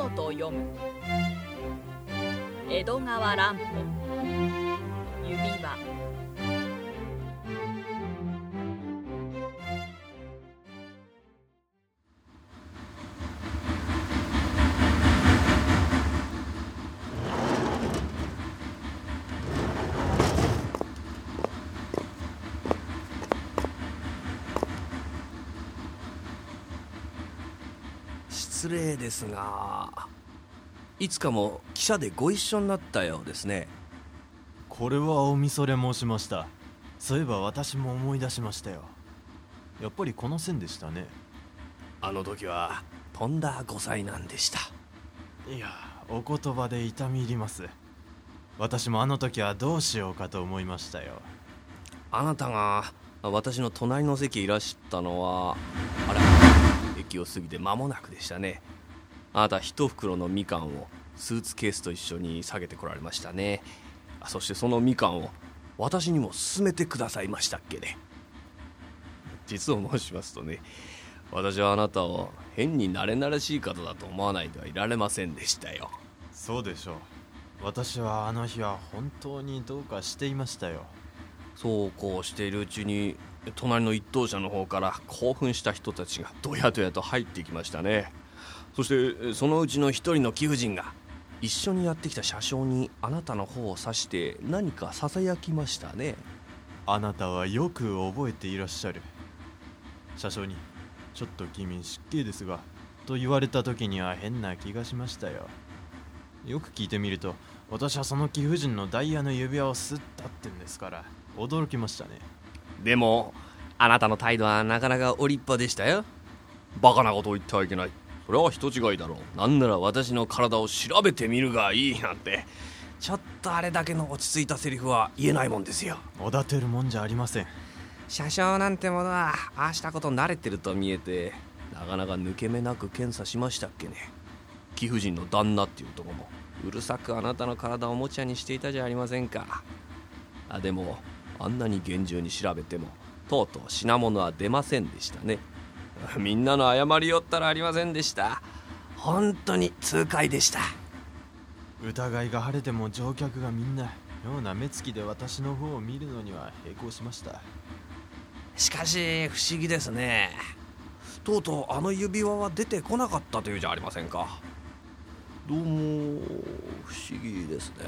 物と読む。江戸川乱歩指輪。 失礼ですが、いつかも汽車でご一緒になったようですね。 これはおみそれ申しました。そういえば私も思い出しましたよ。やっぱりこの線でしたね。 あの時はとんだご災難でした。 いや、お言葉で痛み入ります。私もあの時はどうしようかと思いましたよ。 あなたが私の隣の席へいらしたのは、あれ、駅を過ぎて間もなくでしたね。あなた一袋のみかんをスーツケースと一緒に下げてこられましたね。そしてそのみかんを私にも勧めてくださいましたっけね。実を申しますとね、私はあなたを変に慣れ慣れしい方だと思わないではいられませんでしたよ。 そうでしょう。私はあの日は本当にどうかしていましたよ。 そうこうしているうちに、隣の一等車の方から興奮した人たちがどやどやと入ってきましたね。そしてそのうちの一人の貴婦人が一緒にやってきた車掌にあなたの方を指して何かささやきましたね。 あなたはよく覚えていらっしゃる。車掌にちょっと君失敬ですがと言われた時には変な気がしましたよ。よく聞いてみると、私はその貴婦人のダイヤの指輪を吸ったってんですから驚きましたね。 でもあなたの態度はなかなかお立派でしたよ。バカなことを言ってはいけない、それは人違いだろう、なんなら私の体を調べてみるがいいなんて、ちょっとあれだけの落ち着いたセリフは言えないもんですよ。 おだてるもんじゃありません。 車掌なんてものはああしたこと慣れてると見えて、なかなか抜け目なく検査しましたっけね。貴婦人の旦那っていうとこもうるさくあなたの体をおもちゃにしていたじゃありませんか。でもあんなに厳重に調べてもとうとう品物は出ませんでしたね。みんなの謝りよったらありませんでした。本当に痛快でした。 疑いが晴れても乗客がみんな妙な目つきで私の方を見るのには並行しました。 しかし不思議ですね。とうとうあの指輪は出てこなかったというじゃありませんか。どうも不思議ですね。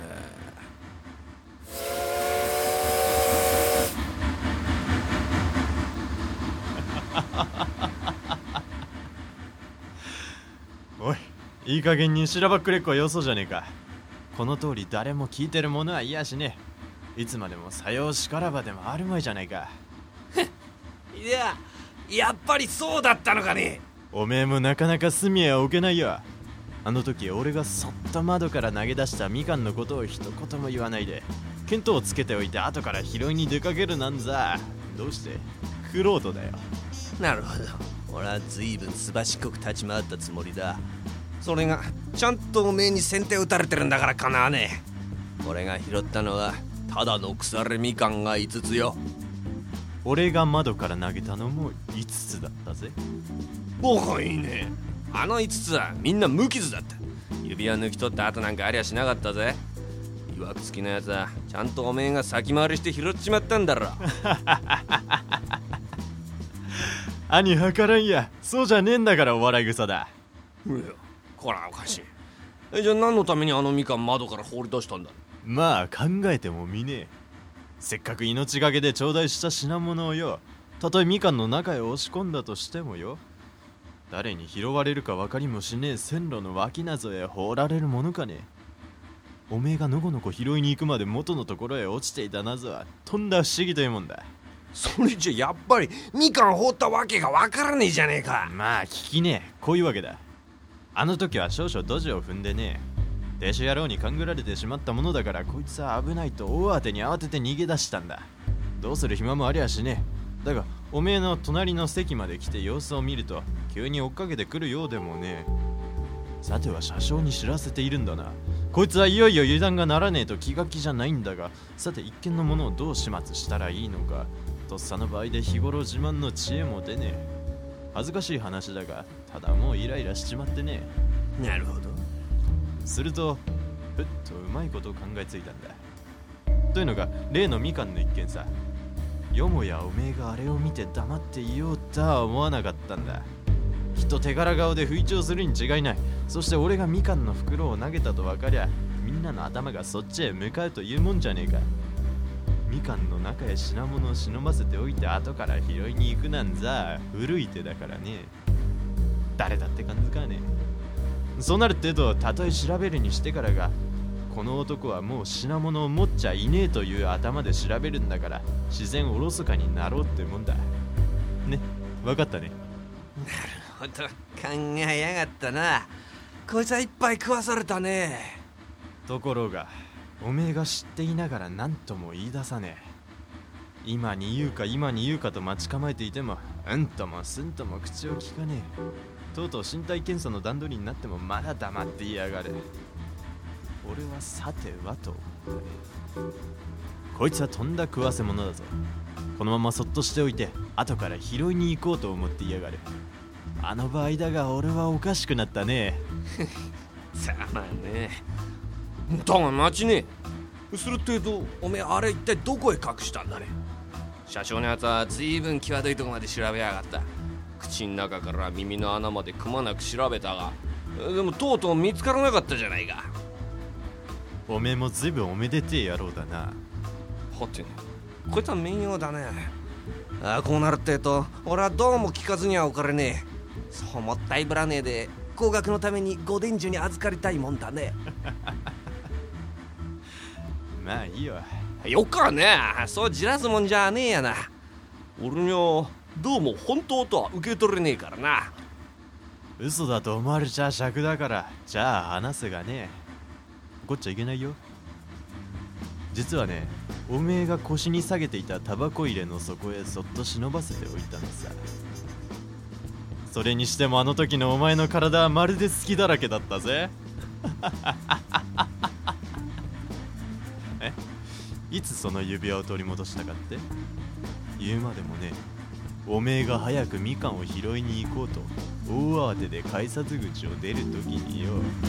おい、いい加減にしらばっくれっこはよそじゃねえか。この通り誰も聞いてるものは嫌しね。いつまでもさようしからばでもあるまいじゃないか。 いや、やっぱりそうだったのかね。 おめえもなかなか隅へは置けないよ。あの時俺がそっと窓から投げ出したみかんのことを一言も言わないで見当をつけておいて後から拾いに出かけるなんざ、どうしてクロートだよ。 なるほど、俺は随分すばしっこく立ち回ったつもりだ。それがちゃんとおめえに先手打たれてるんだからかなわねえ。俺が拾ったのはただの腐れみかんが5つよ。 俺が窓から投げたのも5つだったぜ。 おかいいね。あの5つはみんな無傷だった。指輪抜き取った後なんかありゃしなかったぜ。いわくつきのやつはちゃんとおめえが先回りして拾っちまったんだろ。 兄はからんや、そうじゃねえんだからお笑い草だ。 いや、こらおかしい。じゃあ何のためにあのみかん窓から放り出したんだ。 まあ考えてもみねえ。せっかく命がけで頂戴した品物をよ、たとえみかんの中へ押し込んだとしてもよ、誰に拾われるか分かりもしねえ線路の脇なぞへ放られるものかね。おめえがのこのこ拾いに行くまで元のところへ落ちていた謎はとんだ不思議というもんだ。 それじゃやっぱりみかん放ったわけが分からねえじゃねえか。 まあ聞きねえ、こういうわけだ。あの時は少々ドジを踏んでねえ、弟子野郎に勘ぐられてしまったものだから、こいつは危ないと大当てに慌てて逃げ出したんだ。どうする暇もありゃしねえ。だがおめえの隣の席まで来て様子を見ると急に追っかけてくるようでもねえ。さては車掌に知らせているんだな。こいつはいよいよ油断がならねえと気が気じゃないんだが、さて一見のものをどう始末したらいいのか。とっさの場合で日頃自慢の知恵も出ねえ。恥ずかしい話だが、ただもうイライラしちまってね。 なるほど。 するとふっとうまいことを考えついたんだ。というのが例のみかんの一件さ。よもやおめえがあれを見て黙っていようとは思わなかったんだ。きっと手柄顔で吹聴するに違いない。そして俺がみかんの袋を投げたと分かりゃ、みんなの頭がそっちへ向かうというもんじゃねえか。みかんの中へ品物を忍ばせておいて後から拾いに行くなんざ古い手だからね。誰だって感づかねえ。そうなるってと、たとえ調べるにしてからが、この男はもう品物を持っちゃいねえという頭で調べるんだから、自然おろそかになろうってもんだね。分かったね。 なるほど、考えやがったな。こいつはいっぱい食わされたね。 ところがおめえが知っていながら何とも言い出さねえ。今に言うかと待ち構えていても、うんともすんとも口を聞かねえ。とうとう身体検査の段取りになってもまだ黙っていやがる。俺はさてはと思ったね。こいつはとんだ食わせ者だぞ。このままそっとしておいて後から拾いに行こうと思っていやがる。あの場合だが俺はおかしくなったね。 さあまあね。だが待ちねえ。するってと、おめえあれ一体どこへ隠したんだね。車掌のやつは随分際どいとこまで調べやがった。口の中から耳の穴までくまなく調べたが、でもとうとう見つからなかったじゃないか。 おめえもずいぶんおめでてえ野郎だな。 はて、こいつは面用だね。こうなるってと、俺はどうも聞かずにはおかれねえ。そうもったいぶらねえで高額のためにご伝授に預かりたいもんだね。 まあいいよ。 よかね、そうじらすもんじゃねえやな。俺にはどうも本当とは受け取れねえからな。 嘘だと思われちゃ尺だから、じゃあ話すがね。怒っちゃいけないよ。実はね、おめえが腰に下げていたタバコ入れの底へそっと忍ばせておいたのさ。それにしてもあの時のお前の体はまるで隙だらけだったぜ。いつその指輪を取り戻したかって？言うまでもね、おめえが早くみかんを拾いに行こうと大慌てで改札口を出る時によ。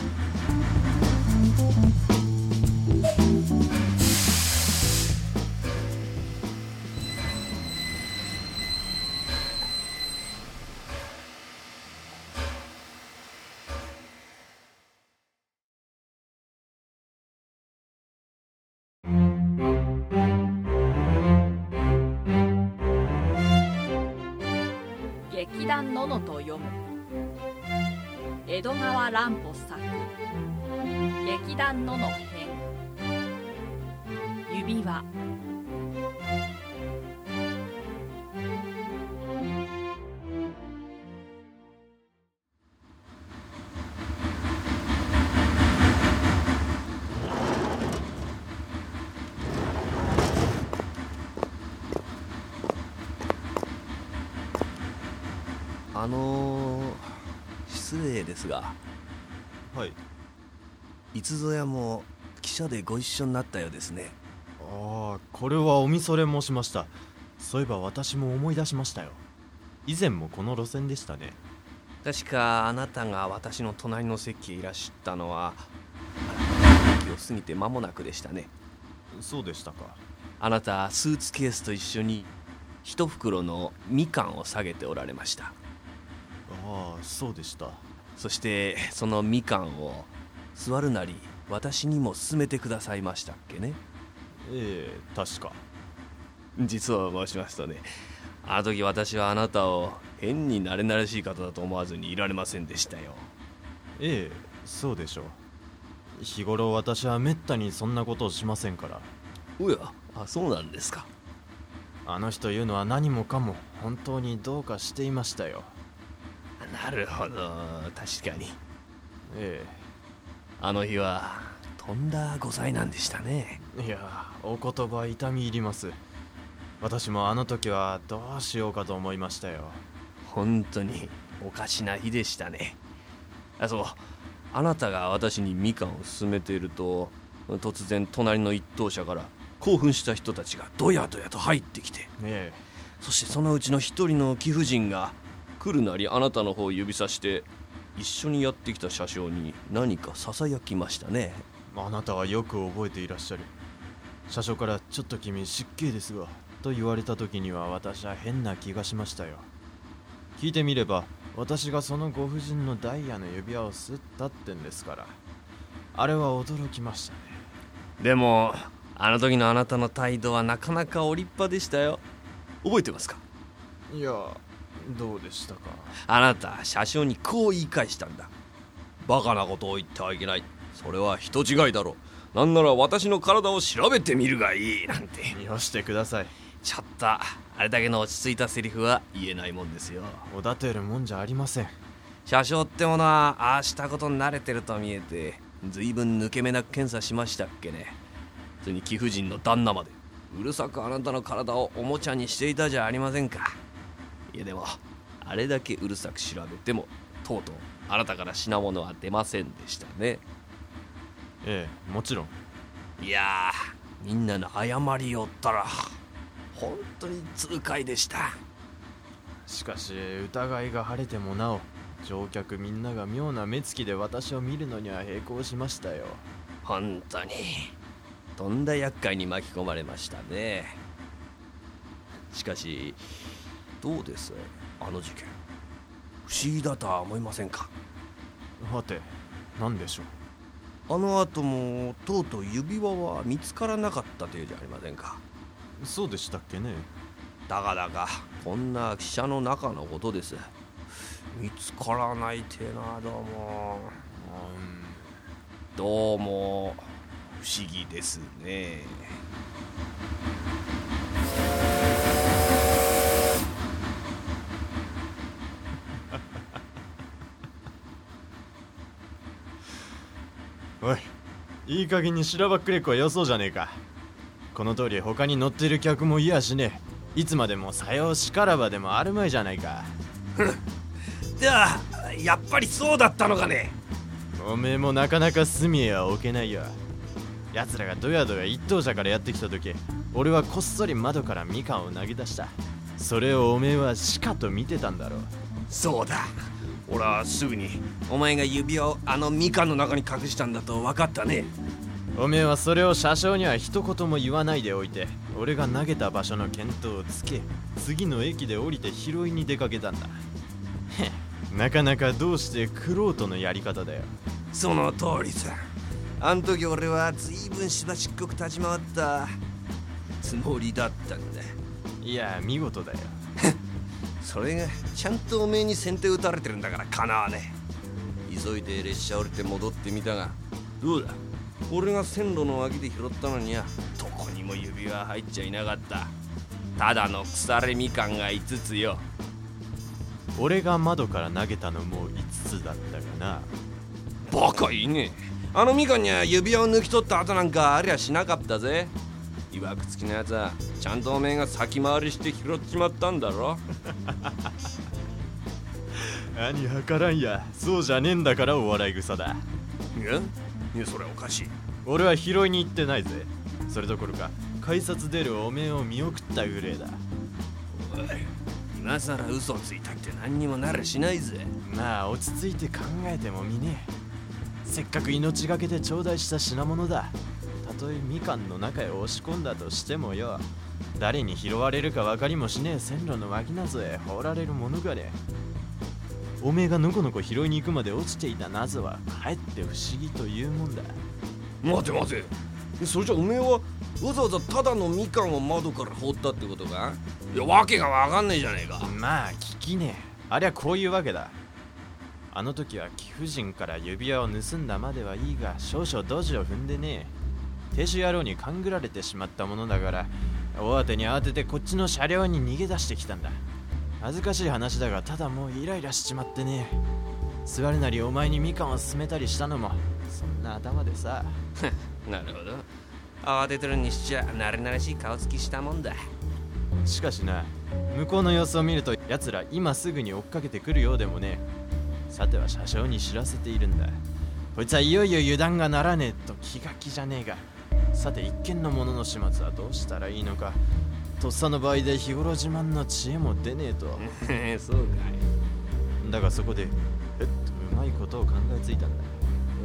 劇団ののと読む江戸川乱歩作劇団のの編指輪。 失礼ですが、 はい。 いつぞやも汽車でご一緒になったようですね。 ああ、これはおみそれ申しました。そういえば私も思い出しましたよ。以前もこの路線でしたね。 確かあなたが私の隣の席へいらしたのは駅を過ぎて間もなくでしたね。 そうでしたか。 あなたスーツケースと一緒に一袋のみかんを下げておられました。 ああ、そうでした。 そしてそのみかんを座るなり私にも勧めてくださいましたっけね。 ええ、確か。 実を申しますとね、あの時私はあなたを変に慣れ慣れしい方だと思わずにいられませんでしたよ。 ええ、そうでしょう。日頃私はめったにそんなことをしませんから。 おや、そうなんですか。 あの日というのは何もかも本当にどうかしていましたよ。 なるほど、確かに。 えあの日はとんだご災難でしたね。 え、いや、お言葉痛み入ります。私もあの時はどうしようかと思いましたよ。 本当におかしな日でしたね。そう、あなたが私にみかんを勧めていると、突然隣の一等車から興奮した人たちがどやどやと入ってきて、 ええ、 そしてそのうちの一人の貴婦人が来るなりあなたの方を指さして、 一緒にやってきた車掌に何かささやきましたね。 あなたはよく覚えていらっしゃる。車掌からちょっと君失敬ですわと言われた時には私は変な気がしましたよ。聞いてみれば私がそのご婦人のダイヤの指輪を掏ったってんですから、あれは驚きましたね。 でもあの時のあなたの態度はなかなかお立派でしたよ。覚えてますか？ いや、どうでしたか？ あなた車掌にこう言い返したんだ。バカなことを言ってはいけない、それは人違いだろう、なんなら私の体を調べてみるがいいなんて。 よしてください。 ちょっとあれだけの落ち着いたセリフは言えないもんですよ。 おだてるもんじゃありません。 車掌ってものはああしたことに慣れてると見えて、ずいぶん抜け目なく検査しましたっけね。それに貴婦人の旦那までうるさくあなたの体をおもちゃにしていたじゃありませんか。いやでもあれだけうるさく調べてもとうとうあなたから品物は出ませんでしたね。 ええ、もちろん。 いやー、みんなの謝りをったら本当に痛快でした。 しかし疑いが晴れてもなお乗客みんなが妙な目つきで私を見るのには並行しましたよ。 本当にとんだ厄介に巻き込まれましたね。しかしどうです、あの事件不思議だとは思いませんか？ はて、何でしょう。 あの後もとうとう指輪は見つからなかったというじゃありませんか。 そうでしたっけね。 だがこんな汽車の中のことです。見つからないてな。どうも不思議ですね。 おい、いい加減にしらばっくれっこはよそうじゃねえか。この通り他に乗ってる客もいやしねえ。いつまでもさようしからばでもあるまいじゃないか。 じゃあやっぱりそうだったのかね。 おめえもなかなか隅へは置けないよ。奴らがドヤドヤ一等車からやってきた時、俺はこっそり窓からみかんを投げ出した。それをおめえはしかと見てたんだろう。 そうだ、俺はすぐにお前が指輪をあのみかんの中に隠したんだと分かったね。 おめえはそれを車掌には一言も言わないでおいて、俺が投げた場所の見当をつけ、次の駅で降りて拾いに出かけたんだ。へっ、なかなかどうして玄人のやり方だよ。 その通りさ。あの時俺はずいぶんしばしっこく立ち回ったつもりだったんだ。 いや、見事だよ。 それがちゃんとおめえに先手打たれてるんだからかなわねえ。急いで列車降りて戻ってみたが、どうだ、俺が線路の脇で拾ったのにはどこにも指輪入っちゃいなかった。ただの腐れみかんが5つよ。 俺が窓から投げたのも5つだったかな。 バカいいね。あのみかんには指輪を抜き取った後なんかありゃしなかったぜ。いわくつきのやつはちゃんとおめえが先回りして拾っちまったんだろ。 何はからんや、そうじゃねえんだからお笑い草だ。 いやそれはおかしい。 俺は拾いに行ってないぜ。それどころか改札出るおめえを見送ったぐれえだ。 おい、今さら嘘をついたって何にもならしないぜ。 まあ落ち着いて考えてもみねえ。せっかく命がけで頂戴した品物だ。たとえみかんの中へ押し込んだとしてもよ、誰に拾われるか分かりもしねえ線路の脇などへ放られるものがね。おめえがのこのこ拾いに行くまで落ちていた謎はかえって不思議というもんだ。 待て、それじゃおめえはわざわざただのみかんを窓から放ったってことか？いや、わけがわかんねえじゃねえか。 まあ聞きねえ。ありゃこういうわけだ。あの時は貴婦人から指輪を盗んだまではいいが、少々ドジを踏んでねえ。亭主野郎に勘ぐられてしまったものだから、大当てに慌ててこっちの車両に逃げ出してきたんだ。恥ずかしい話だが、ただもうイライラしちまってね。座るなりお前にみかんを勧めたりしたのもそんな頭でさ。 なるほど、慌ててるにしちゃ慣れ慣れしい顔つきしたもんだ。 しかしな、向こうの様子を見ると奴ら今すぐに追っかけてくるようでもね。さては車掌に知らせているんだ。こいつはいよいよ油断がならねえと気が気じゃねえが、さて一見の者の始末はどうしたらいいのか。とっさの場合で日頃自慢の知恵も出ねえと。 そうかい。 だがそこでうままいことを考えついたんだ。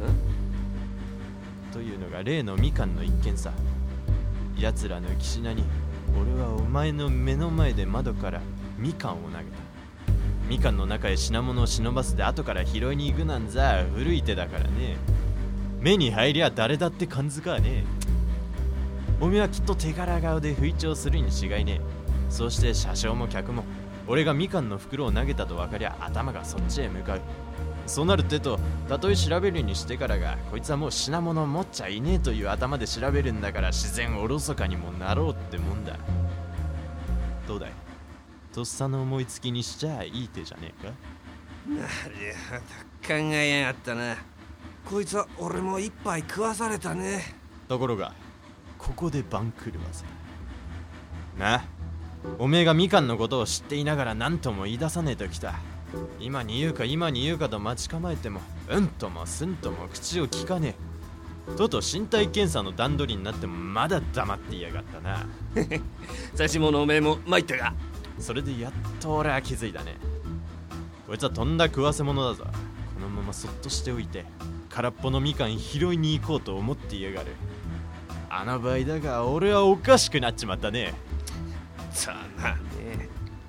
というのが例のみかんの一件さ。奴らの浮き品に俺はお前の目の前で窓からみかんを投げた。みかんの中へ品物を忍ばせて後から拾いに行くなんざ古い手だからね。目に入りゃ誰だって感づかねえ。おめはきっと手柄顔で吹聴するに違いねえ。そして車掌も客も俺がみかんの袋を投げたと分かりゃ頭がそっちへ向かう。そうなるってと、たとえ調べるにしてからがこいつはもう品物を持っちゃいねえという頭で調べるんだから、自然おろそかにもなろうってもんだ。どうだい、とっさの思いつきにしちゃいい手じゃねえか。 なるほど、考えやがったな。こいつは俺も一杯食わされたね。 ところがここで番狂わせな。おめえがみかんのことを知っていながら何とも言い出さねえときた。今に言うかと待ち構えてもうんともすんとも口を聞かねえ。とうとう身体検査の段取りになってもまだ黙っていやがったな。 差し物おめえも参ったが。 それでやっと俺は気づいたね。こいつはとんだ食わせ者だぞ。このままそっとしておいて空っぽのみかん拾いに行こうと思っていやがる。あの場合だが俺はおかしくなっちまったね。 さあなね。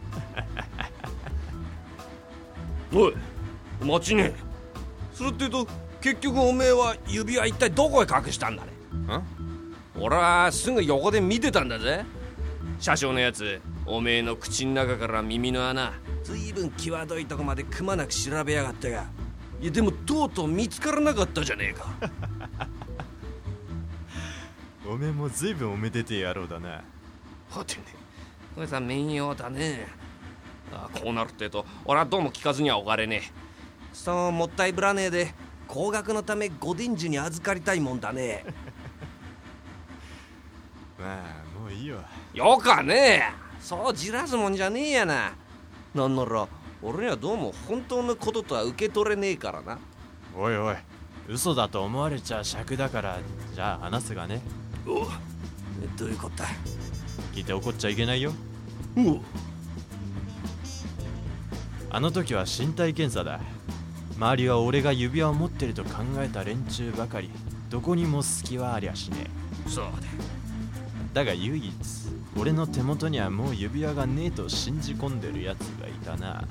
おい、待ちねえ。それって言うと結局おめえは指輪一体どこへ隠したんだね。俺はすぐ横で見てたんだぜ。車掌のやつ、おめえの口の中から耳の穴ずいぶん際どいとこまでくまなく調べやがったが、いやでもとうとう見つからなかったじゃねえか。 おめえもずいぶんおめでてえ野郎だな。 はてね、これさ面用だね。こうなるってと俺はどうも聞かずにはおがれねえ。そうもったいぶらねえで高額のためご伝授に預かりたいもんだね。 まあもういいよ。 よかねえ、そうじらすもんじゃねえやな。なんなら俺にはどうも本当のこととは受け取れねえからな。 おいおい、嘘だと思われちゃ尺だから、じゃあ話すがね。 おう、どういうことだ。 聞いて怒っちゃいけないよ。 おう、 あの時は身体検査だ。周りは俺が指輪を持ってると考えた連中ばかり。どこにも隙はありゃしねえ。そうだ。 だが唯一俺の手元にはもう指輪がねえと信じ込んでるやつがいたな。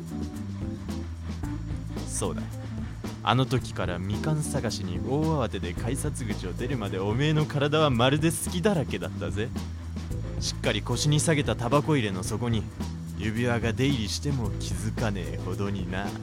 そうだ、あの時からみかん探しに大慌てで改札口を出るまでおめえの体はまるで隙だらけだったぜ。しっかり腰に下げたタバコ入れの底に指輪が出入りしても気づかねえほどにな。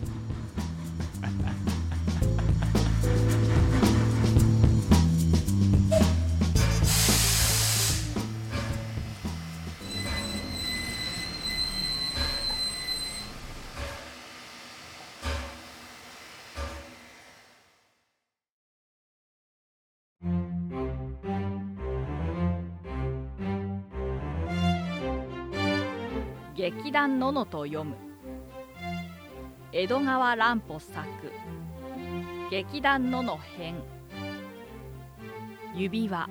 劇団ののと読む江戸川乱歩作劇団のの編指輪。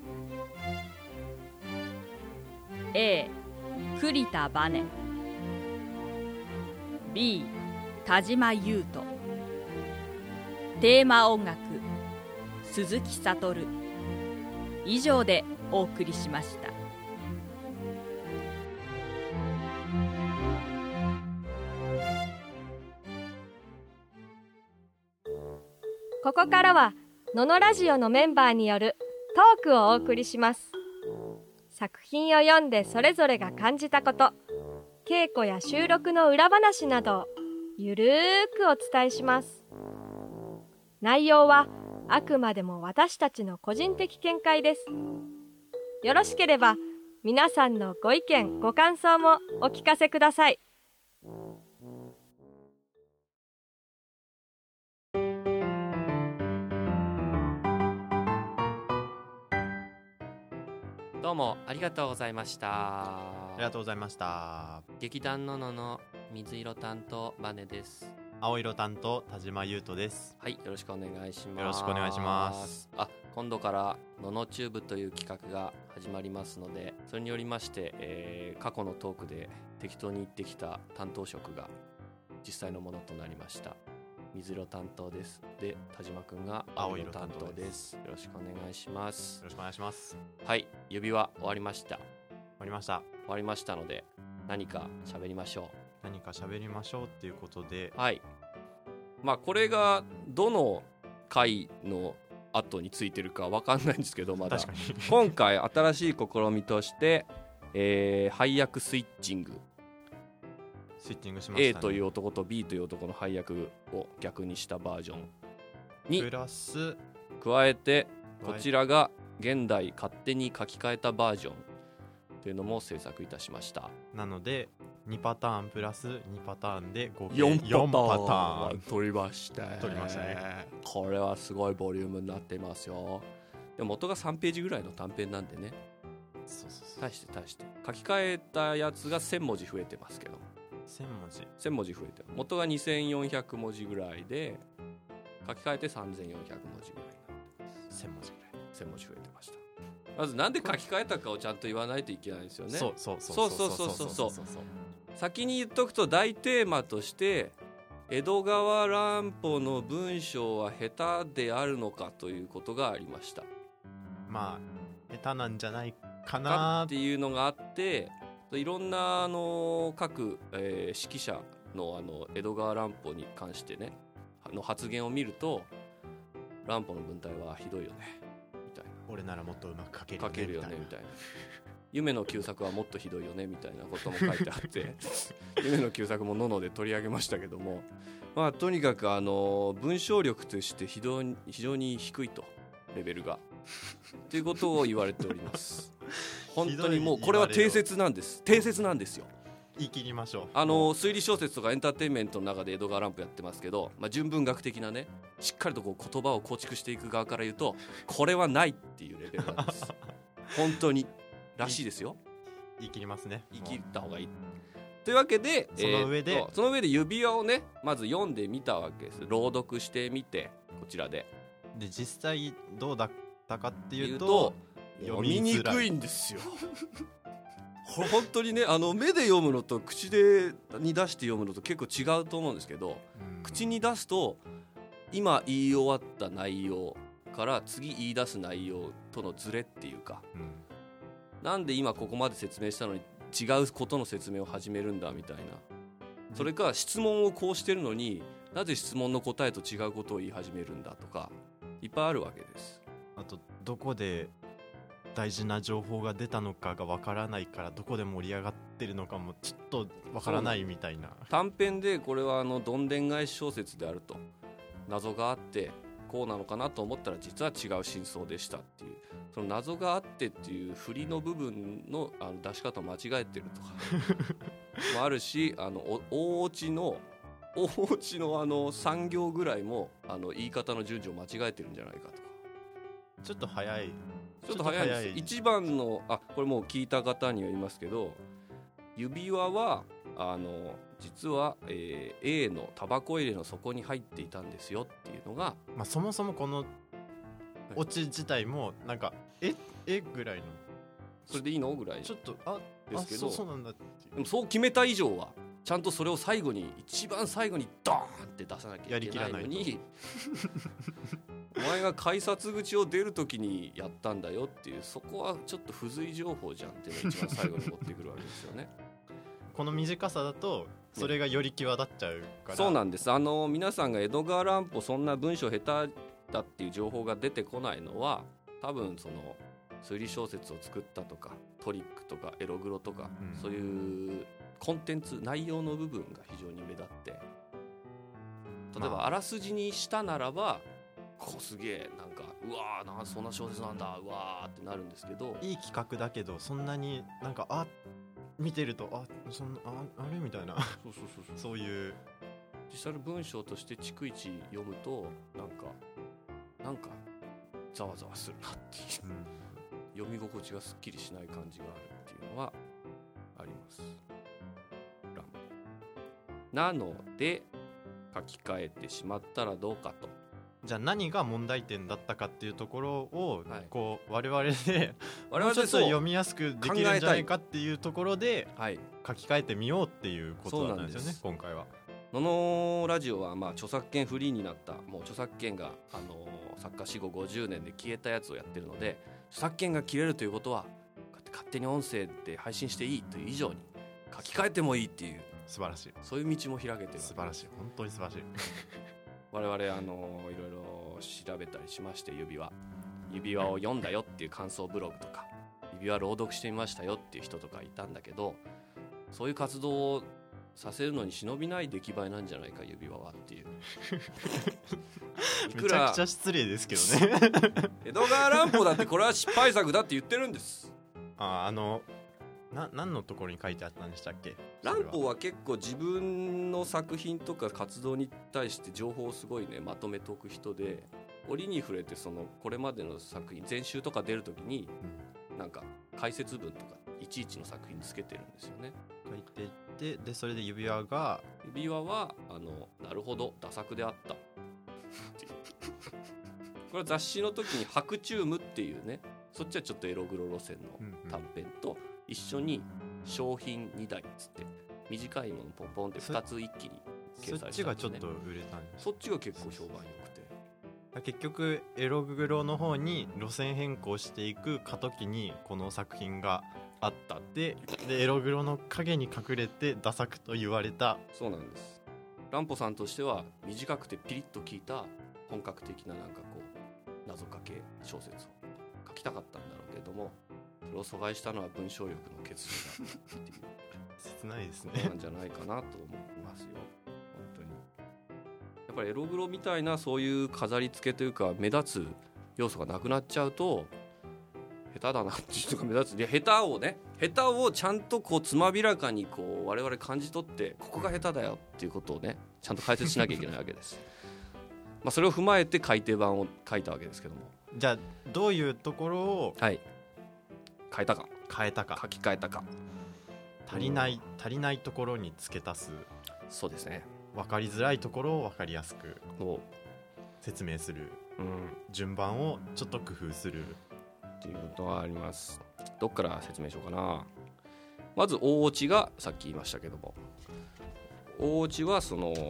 A 栗田バネ B 田島優斗。テーマ音楽鈴木悟。以上でお送りしました。 ここからはののラジオのメンバーによるトークをお送りします。作品を読んでそれぞれが感じたこと、稽古や収録の裏話などをゆるーくお伝えします。内容はあくまでも私たちの個人的見解です。よろしければ皆さんのご意見ご感想もお聞かせください。 どうもありがとうございました。 ありがとうございました。 劇団ののの水色担当バネです。 青色担当田島優斗です。 はい、よろしくお願いします。 よろしくお願いします。 今度からののチューブという企画が始まりますので、それによりまして、過去のトークで適当に言ってきた担当職が実際のものとなりました。 水色担当です。で、田島くんが青色担当です。よろしくお願いします。 よろしくお願いします。 はい、指輪終わりました。 終わりました。 終わりましたので、何か喋りましょう。 何か喋りましょうっていうことで、 はい。まあこれがどの回の後についてるかわかんないんですけど、まだ確かに今回新しい試みとして、配役スイッチング、 スイッチングしましたね。 A という男と B という男の配役を逆にしたバージョンにプラス加えて、こちらが現代勝手に書き換えたバージョンというのも制作いたしました。 なので2パターンプラス2パターンで合計 4パターンン取りました取りましたね。 これはすごいボリュームになっていますよ。でも元が3ページぐらいの短編なんでね、 そうそうそう、 大して書き換えたやつが1000文字増えてますけど、 1000文字 1000文字増えてる。元が2400文字ぐらいで書き換えて3400文字ぐらいになって 1000文字ぐらい 1000文字増えてました。まずなんで書き換えたかをちゃんと言わないといけないんですよね。 そう先に言っとくと、大テーマとして江戸川乱歩の文章は下手であるのかということがありました。 まあ下手なんじゃないかかなっていうのがあって、いろんな各、指揮者の江戸川乱歩に関してね発言を見ると、乱歩の文体はひどいよねみたいな、 俺ならもっとうまく書ける書けるよねみたいな、夢の旧作はもっとひどいよねみたいなことも書いてあって夢の旧作ものので取り上げましたけども、まあとにかく文章力として非常に低いと、レベルがということを言われております本当にもうこれは定説なんですよ。 言い切りましょう。 推理小説とかエンターテインメントの中で江戸川乱歩やってますけど、純文学的なね、しっかりとこう言葉を構築していく側から言うと、これはないっていうレベルなんです本当にらしいですよ。 言い切りますね。 言い切った方がいいというわけで、 その上で指輪をねまず読んでみたわけです。朗読してみて、こちらで実際どうだったかっていう言うとと読みにくいんですよ本当にね、目で読むのと口に出して読むのと結構違うと思うんですけど、口に出すと今言い終わった内容から次言い出す内容とのズレっていうか、なんで今ここまで説明したのに違うことの説明を始めるんだみたいな、それか質問をこうしてるのになぜ質問の答えと違うことを言い始めるんだとか、いっぱいあるわけです。 あとどこで大事な情報が出たのかがわからないから、どこで盛り上がってるのかもちょっとわからないみたいな。 短編でこれはどんでん返し小説であると、謎があってこうなのかなと思ったら実は違う真相でしたっていう、その謎があってっていう振りの部分の出し方を間違えてるとかもあるし、大落ちの3行ぐらいも言い方の順序を間違えてるんじゃないかとか、 ちょっと早いんです。一番のこれもう聞いた方には言いますけど、指輪は実は、A のタバコ入れの底に入っていたんですよっていうのが、 そもそもこのオチ自体もなんかぐらいの、 それでいいのぐらいちょっとですけど、 そうなんだっていう。 でもそう決めた以上はちゃんとそれを一番最後にドーンって出さなきゃいけないのにお前が改札口を出るときにやったんだよっていう、そこはちょっと付随情報じゃんっていうのを一番最後に持ってくるわけですよねこの短さだとそれがより際立っちゃうから、 そうなんです。皆さんが江戸川乱歩そんな文章下手だっていう情報が出てこないのは、多分その推理小説を作ったとかトリックとかエログロとか、そういうコンテンツ内容の部分が非常に目立って、例えばあらすじにしたならばすげえなんかうわーそんな小説なんだうわーってなるんですけど、 いい企画だけどそんなになんか見てるとあれみたいなそういう実際の文章として逐一読むとなんかざわざわするなっていう、読み心地がすっきりしない感じがあるっていうのはあります。なので書き換えてしまったらどうかと。 じゃあ何が問題点だったかっていうところを、こう我々でもうちょっと読みやすくできるんじゃないかっていうところで、書き換えてみようっていうことなんですよね、今回は。 ののラジオはまあ著作権フリーになった、もう著作権が作家死後50年で消えたやつをやってるので、著作権が切れるということは勝手に音声で配信していいという以上に書き換えてもいいっていう、 素晴らしい、 そういう道も開けてる。 素晴らしい、本当に素晴らしい。 我々いろいろ調べたりしまして、指輪を読んだよっていう感想ブログとか、指輪朗読してみましたよっていう人とかいたんだけど、そういう活動をさせるのに忍びない出来栄えなんじゃないか指輪はっていうめちゃくちゃ失礼ですけどね。 江戸川乱歩だってこれは失敗作だって言ってるんです。 何のところに書いてあったんでしたっけ。 乱歩は結構自分の作品とか活動に対して情報をすごいねまとめておく人で、折に触れてこれまでの作品全集とか出るときになんか解説文とかいちいちの作品つけてるんですよね。 書いていって、でそれで指輪はなるほどダ作であったこれは雑誌の時に白チュームっていうね、そっちはちょっとエログロ路線の短編と一緒に商品2台っつって短いものポンポンって2つ一気に掲載したんですね。 そっちがちょっと売れたんです。 そっちが結構評判良くて、 結局エログロの方に路線変更していく過渡期にこの作品があったでエログロの影に隠れてダ作と言われた。 そうなんです。乱歩さんとしては短くてピリッと効いた本格的ななんかこう謎かけ小説を書きたかったんだろうけれども、それを阻害したのは文章力の欠如だったっていう切ないですね。 なんじゃないかなと思いますよ。本当にやっぱりエログロみたいなそういう飾り付けというか目立つ要素がなくなっちゃうと下手だなっていう人が目立つ。で下手をちゃんとこうつまびらかにこう我々感じ取ってここが下手だよっていうことをねちゃんと解説しなきゃいけないわけですまあそれを踏まえて改訂版を書いたわけですけども、 じゃあどういうところをはい変えたか書き換えたか、 足りないところに付け足す、 そうですね、 分かりづらいところを分かりやすく説明する、順番をちょっと工夫するっていうことがあります。どっから説明しようかな。まず大落ちがさっき言いましたけども、大落ちは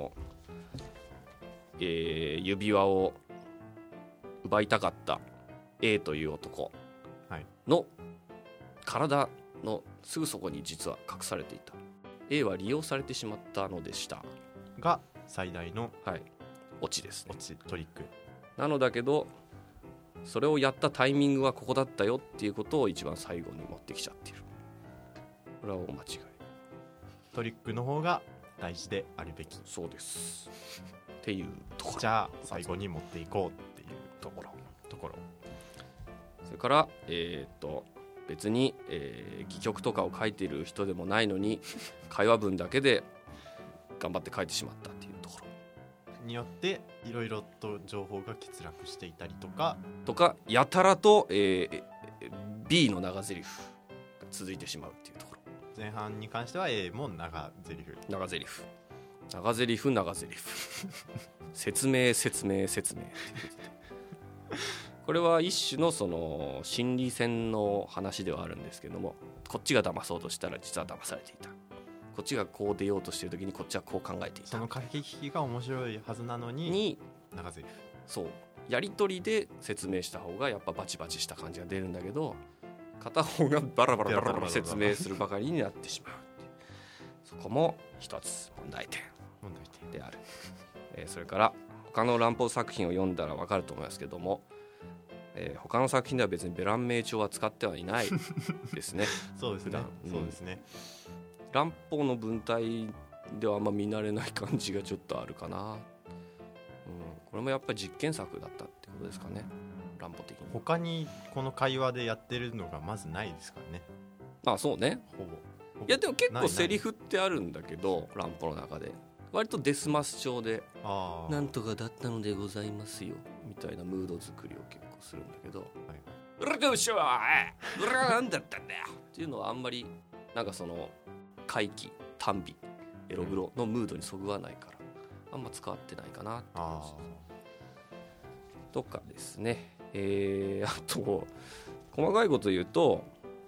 指輪を奪いたかった A という男の体のすぐそこに実は隠されていた A は利用されてしまったのでしたが最大のオチですね。 トリックなのだけどそれをやったタイミングはここだったよっていうことを一番最後に持ってきちゃっている。これは大間違い。トリックの方が大事であるべき。 そうですっていうところ。 じゃあ最後に持っていこうっていうところ。それから別に、戯曲とかを書いている人でもないのに会話文だけで頑張って書いてしまったっていうところによっていろいろと情報が欠落していたりとかやたらと、B の長台詞が続いてしまうっていうところ。 前半に関しては A も長台詞説明これは一種の心理戦の話ではあるんですけども、こっちが騙そうとしたら実は騙されていた、こっちがこう出ようとしている時にこっちはこう考えていた、 その駆け引きが面白いはずなのに長台詞、 そうやり取りで説明した方がやっぱバチバチした感じが出るんだけど、片方がバラバラ説明するばかりになってしまう。そこも一つ問題点である。それから他の乱歩作品を読んだら分かると思いますけども、他の作品では別にベラン名帳は使ってはいないですねそうですね、そうですね。 乱歩の文体ではあんま見慣れない感じがちょっとあるかな、これもやっぱり実験作だったってことですかね、乱歩的に。 他にこの会話でやってるのがまずないですからね。 まあそうね、 ほぼいやでも結構セリフってあるんだけど、乱歩の中で割とデスマス調でなんとかだったのでございますよみたいなムード作りを結構するんだけど、うらどうしよう、うらなんだったんだよっていうのはあんまりなんか怪奇短美エログロのムードにそぐわないからあんま使ってないかなって感じとかですね。あと細かいこと言うと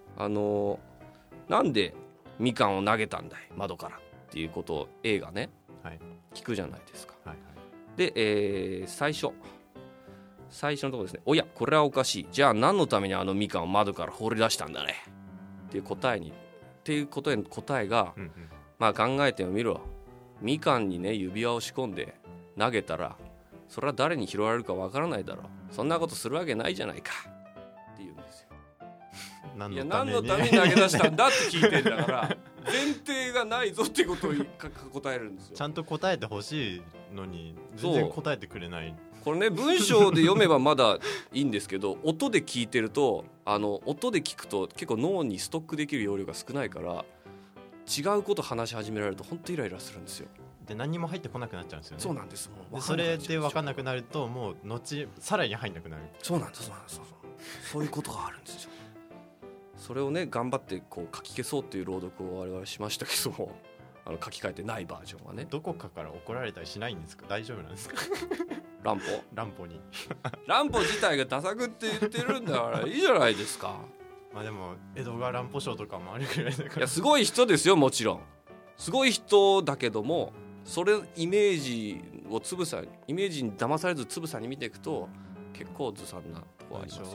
なんでみかんを投げたんだい窓からっていうことを A がね聞くじゃないですか。 はいで、最初のところですね。おやこれはおかしい、じゃあ何のためにあのみかんを窓から放り出したんだねっていう答えが、 うんうん、 まあ考えてみろ、みかんにね指輪を仕込んで投げたらそれは誰に拾われるかわからないだろう、そんなことするわけないじゃないかって言うんですよ。いや何のために投げ出したんだって聞いてんだから前提がないぞってことを答えるんですよ。 ちゃんと答えてほしいのに全然答えてくれない。 これね文章で読めばまだいいんですけど音で聞いてると音で聞くと結構脳にストックできる容量が少ないから違うこと話し始められると本当イライラするんですよ。 で何にも入ってこなくなっちゃうんですよね。 そうなんです。もうでそれで分かんなくなるともう後さらに入んなくなる。 そうなんですそういうことがあるんですよ。それをね頑張ってこう書き消そうっていう朗読を我々しましたけども書き換えてないバージョンはね。 どこかから怒られたりしないんですか？大丈夫なんですか？ 乱歩に乱歩自体がダサくって言ってるんだからいいじゃないですか。 まあでも江戸川乱歩賞とかもあるくらいだから。 いやすごい人ですよ、もちろんすごい人だけども、それイメージに騙されずつぶさに見ていくと結構ずさんなとこありますよ。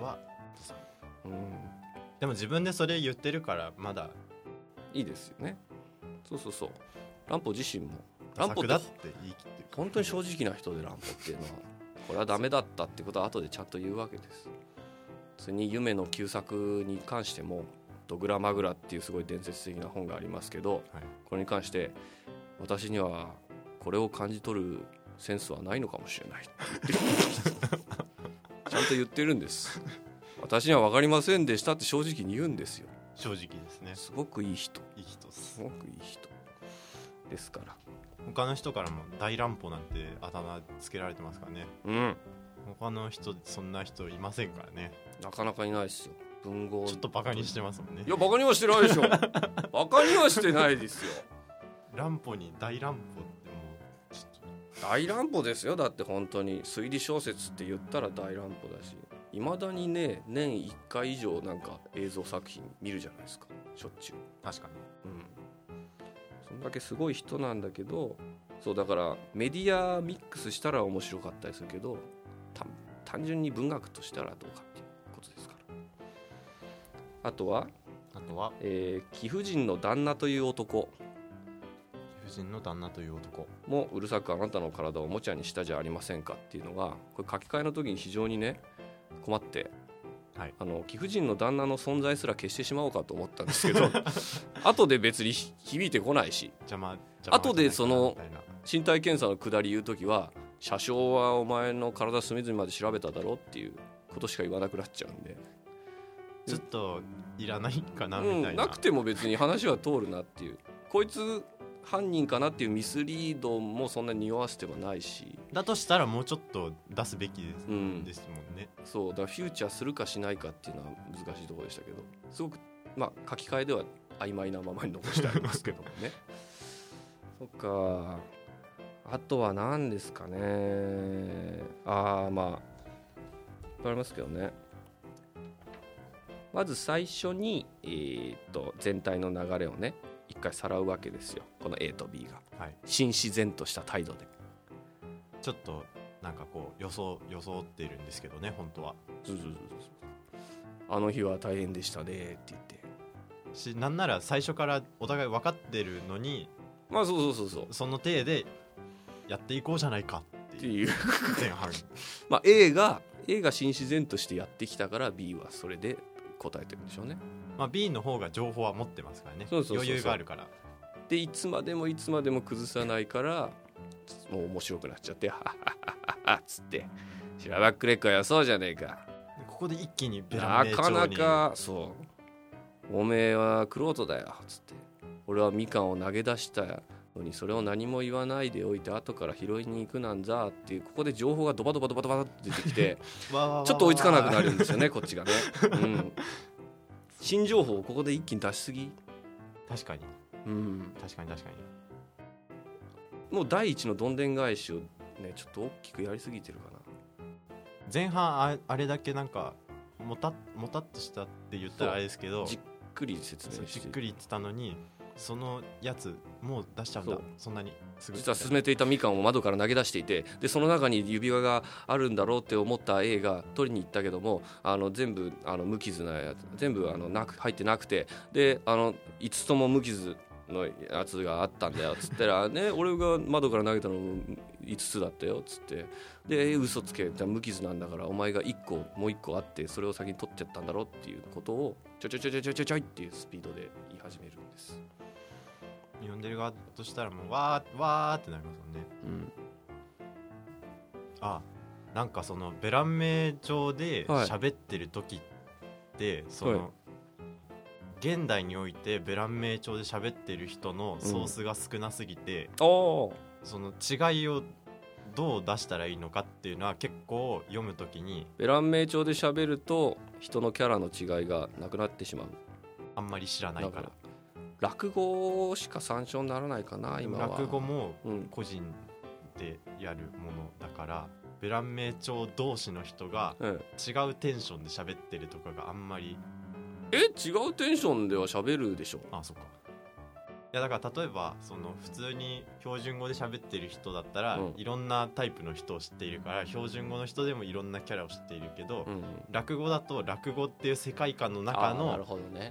でも自分でそれ言ってるからまだいいですよね。そう乱歩自身もダサくだって言い切ってる。 本当に正直な人で乱歩っていうのはこれはダメだったってことは後でちゃんと言うわけです。それに夢の旧作に関してもドグラマグラっていうすごい伝説的な本がありますけど、これに関して私にはこれを感じ取るセンスはないのかもしれないってちゃんと言ってるんです。私には分かりませんでしたって正直に言うんですよ。 正直ですね。 すごくいい人すすごくいい人ですから。 他の人からも大乱歩なんてあだ名つけられてますからね。他の人そんな人いませんからね。 なかなかいないですよ。文豪ちょっとバカにしてますもんね。 いやバカにはしてないでしょバカにはしてないですよ。 乱歩に大乱歩ってもう大乱歩ですよ。だって本当に推理小説って言ったら大乱歩だし、いまだにね年1回以上なんか映像作品見るじゃないですか、しょっちゅう。 確かに。 そんだけすごい人なんだけど、そうだからメディアミックスしたら面白かったりするけど単純に文学としたらどうかっていうことですから。あとは、貴婦人の旦那という男。 貴婦人の旦那という男もうるさくあなたの体をおもちゃにしたじゃありませんかっていうのがこれ書き換えの時に非常にね困って、貴婦人の旦那の存在すら消してしまおうかと思ったんですけど後で別に響いてこないし、後でその身体検査の下り言う時は車掌はお前の体隅々まで調べただろうっていうことしか言わなくなっちゃうんで、 ちょっといらないかなみたいな、 なくても別に話は通るなっていう、こいつ犯人かなっていうミスリードもそんなに匂わせてもないし、 だとしたらもうちょっと出すべきですもんね。 そうだからフューチャーするかしないかっていうのは難しいところでしたけど、すごく書き換えでは曖昧なままに残してありますけどもねそっか。あとは何ですかね。わかりますけどね。まず最初に、全体の流れをね一回さらうわけですよ、この A と B が、新自然とした態度でちょっとなんかこう装っているんですけどね、本当は。 あの日は大変でしたねって言ってなんなら最初からお互い分かってるのに、 そうその体でやっていこうじゃないかっていう前半 A が新自然としてやってきたから B はそれで答えてるんでしょうね。 B の方が情報は持ってますからね。余裕があるから。 でいつまでも崩さないからもう面白くなっちゃってはっはっはっつってしらばっくれっこやそうじゃねえか。 ここで一気にベラン名調になかなかそうおめえは玄人だよつって、俺はみかんを投げ出したのにそれを何も言わないでおいて後から拾いに行くなんざっていう、ここで情報がドバドバって出てきてちょっと追いつかなくなるんですよねこっちがね、新情報をここで一気に出しすぎ。 確かに、確かにもう第一のどんでん返しをねちょっと大きくやりすぎてるかな。 前半あれだけなんかもたっとしたって言ったらあれですけど、 じっくり説明してじっくり言ってたのにそのやつもう出しちゃうんだ。そんなにすぐ。 実は進めていたみかんを窓から投げ出していて、でその中に指輪があるんだろうって思った A が取りに行ったけども、全部無傷なやつ、全部入ってなくて、で5つとも無傷のやつがあったんだよっつったらね、俺が窓から投げたの5つだったよっつって、で嘘つけ、じゃあ無傷なんだからお前がもう1個あってそれを先に取っちゃったんだろっていうことをちょいっていうスピードで言い始めるんです。 読んでる側としたらもうわーってなりますもんね。なんかそのベラン名帳で喋ってる時って、その、現代においてベラン名帳で喋ってる人のソースが少なすぎて、その違いをどう出したらいいのかっていうのは結構読むときに、 ベラン名帳で喋ると人のキャラの違いがなくなってしまう。 あんまり知らないから。 落語しか参照にならないかな今は。 落語も個人でやるものだから、ベラン名帳同士の人が違うテンションで喋ってるとかがあんまり、 違うテンションでは喋るでしょ。 そっか。いやだから例えばその普通に標準語で喋ってる人だったら、いろんなタイプの人を知っているから、標準語の人でもいろんなキャラを知っているけど、落語だと落語っていう世界観の中の、 なるほどね。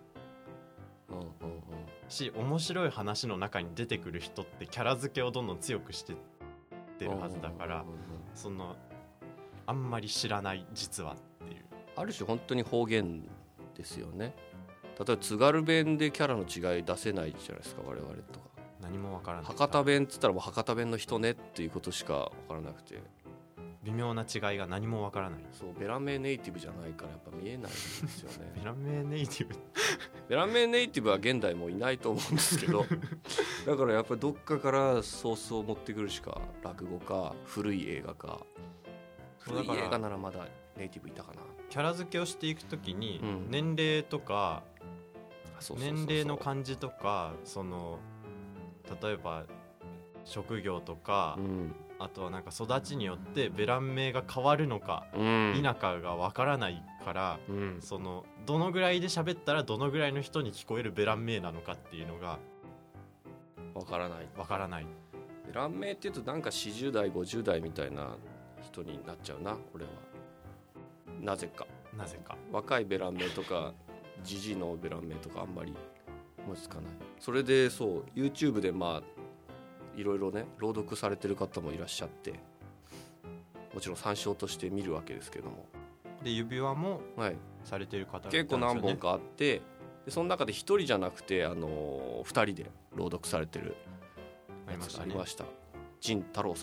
面白い話の中に出てくる人ってキャラ付けをどんどん強くしてってるはずだから、そのあんまり知らない実はっていう、 ある種本当に方言ですよね。例えば津軽弁でキャラの違い出せないじゃないですか我々とか。 何もわからない。 博多弁っつったらもう博多弁の人ねっていうことしかわからなくて、 微妙な違いが何もわからない。 そうベラン名ネイティブじゃないからやっぱ見えないんですよね。 ベラン名ネイティブベラン名ネイティブは現代もいないと思うんですけどだからやっぱりどっかからソースを持ってくるしか、落語か古い映画か。古い映画ならまだネイティブいたかな。 キャラ付けをしていくときに、年齢とか年齢の感じとか、その例えば職業とか、あとはなんか育ちによってベラン名が変わるのか否かがわからないから、そのどのぐらいで喋ったらどのぐらいの人に聞こえるベラン名なのかっていうのがわからない。ベラン名っていうとなんか40代50代みたいな人になっちゃうなこれは。なぜか若いベラン名とかジジイのベラン名とかあんまり思いつかない。それでそう YouTube でいろいろね朗読されてる方もいらっしゃって、もちろん参照として見るわけですけども、 で指輪もされてる方がいたんですよね。 結構何本かあって、でその中で1人じゃなくて2人で朗読されてるやつがありました。陣太郎さ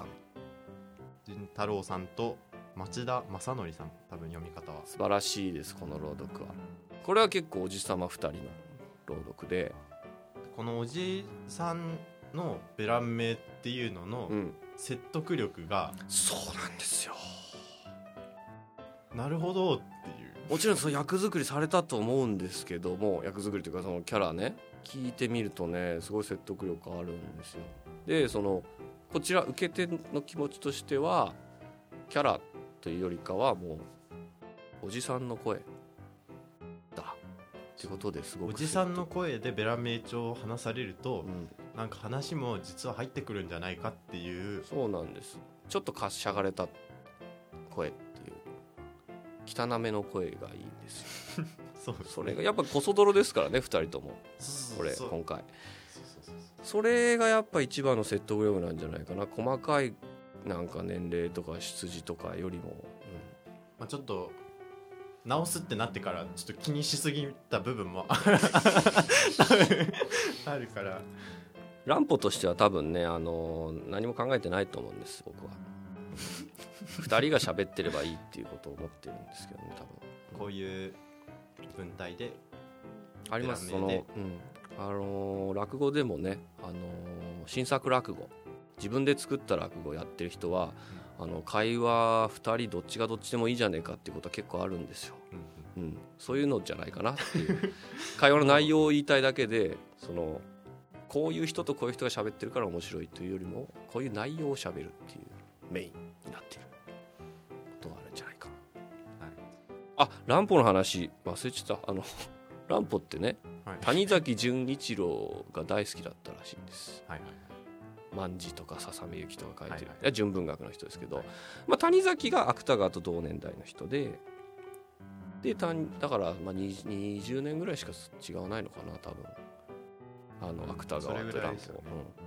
んと町田正則さん、多分読み方は素晴らしいです。この朗読は、これは結構おじさま2人の朗読で、 このおじさんのベラン名っていうのの説得力が、 そうなんですよ。 なるほどっていう、 もちろんその役作りされたと思うんですけども、役作りというかそのキャラね聞いてみるとねすごい説得力あるんですよ。でそのこちら受け手の気持ちとしてはキャラというよりかはもうおじさんの声だってことですごく、 おじさんの声でベラン名帳を話されると、なんか話も実は入ってくるんじゃないかっていう。 そうなんです。ちょっとかしゃがれた声っていう汚めの声がいいんですよそれがやっぱコソ泥ですからね2人とも。これ今回それがやっぱ一番の説得力なんじゃないかな。細かいなんか年齢とか出自とかよりも、 ちょっと直すってなってからちょっと気にしすぎた部分もあるから乱歩としては多分ね何も考えてないと思うんです僕は2人が喋ってればいいっていうことを思ってるんですけどね。多分こういう文体であります。その、落語でもね、新作落語自分で作った落語をやってる人は、会話2人どっちがどっちでもいいじゃねえかっていうことは結構あるんですよ、そういうのじゃないかなっていう会話の内容を言いたいだけで、そのこういう人とこういう人が喋ってるから面白いというよりもこういう内容を喋るっていうメインになっていることがあるんじゃないかな。乱歩の話忘れちゃった。乱歩ってねはい、 谷崎潤一郎が大好きだったらしいんです。 はいはい、 卍とかささめゆきとか書いてる、 はいはい、 純文学の人ですけど、まあ、谷崎が芥川と同年代の人でだからまあ20年ぐらいしか違わないのかな多分芥川と乱歩、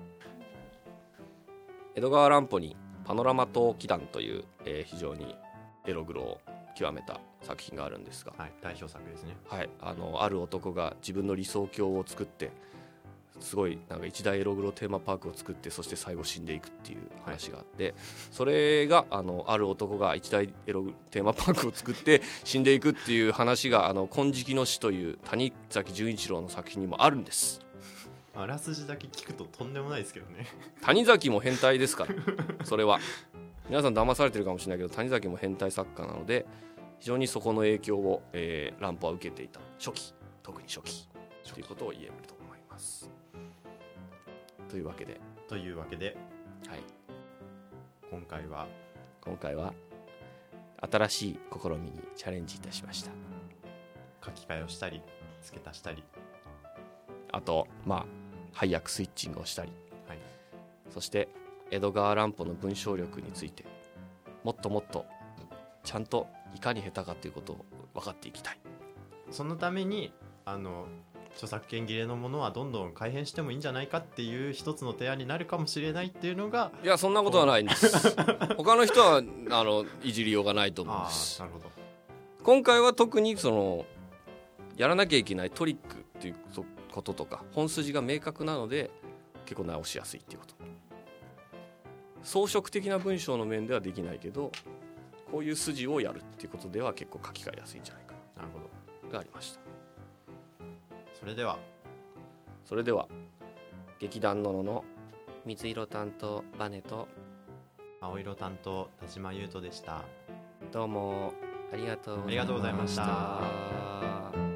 江戸川乱歩にパノラマ闘奇団という、非常にエログロを極めた作品があるんですが、 はい、代表作ですね。 はい、ある男が自分の理想郷を作ってすごいなんか一大エログロテーマパークを作って、そして最後死んでいくっていう話があって、はい、それがある男が一大エロテーマパークを作って死んでいくっていう話が金色の死という谷崎潤一郎の作品にもあるんです。 あらすじだけ聞くととんでもないですけどね。 谷崎も変態ですからそれは皆さん騙されてるかもしれないけど、谷崎も変態作家なので非常にそこの影響を、乱歩は受けていた。特に初期ということを言えると思います。というわけで、 はい、今回は新しい試みにチャレンジいたしました。 書き換えをしたり付け足したり、 あと配役スイッチングをしたり、 はい、 そして江戸川乱歩の文章力についてもっともっとちゃんといかに下手かということを分かっていきたい。 そのために著作権切れのものはどんどん改変してもいいんじゃないかっていう一つの提案になるかもしれないっていうのが、 いやそんなことはないんです他の人はいじりようがないと思うんです。 なるほど。 今回は特にやらなきゃいけないトリックっていうこととか本筋が明確なので結構直しやすいっていうこと。装飾的な文章の面ではできないけど、こういう筋をやるっていうことでは結構書き換えやすいんじゃないかな。 なるほど。 がありました。 それでは劇団ののの水色担当バネと青色担当田島優斗でした。 どうもありがとうございました。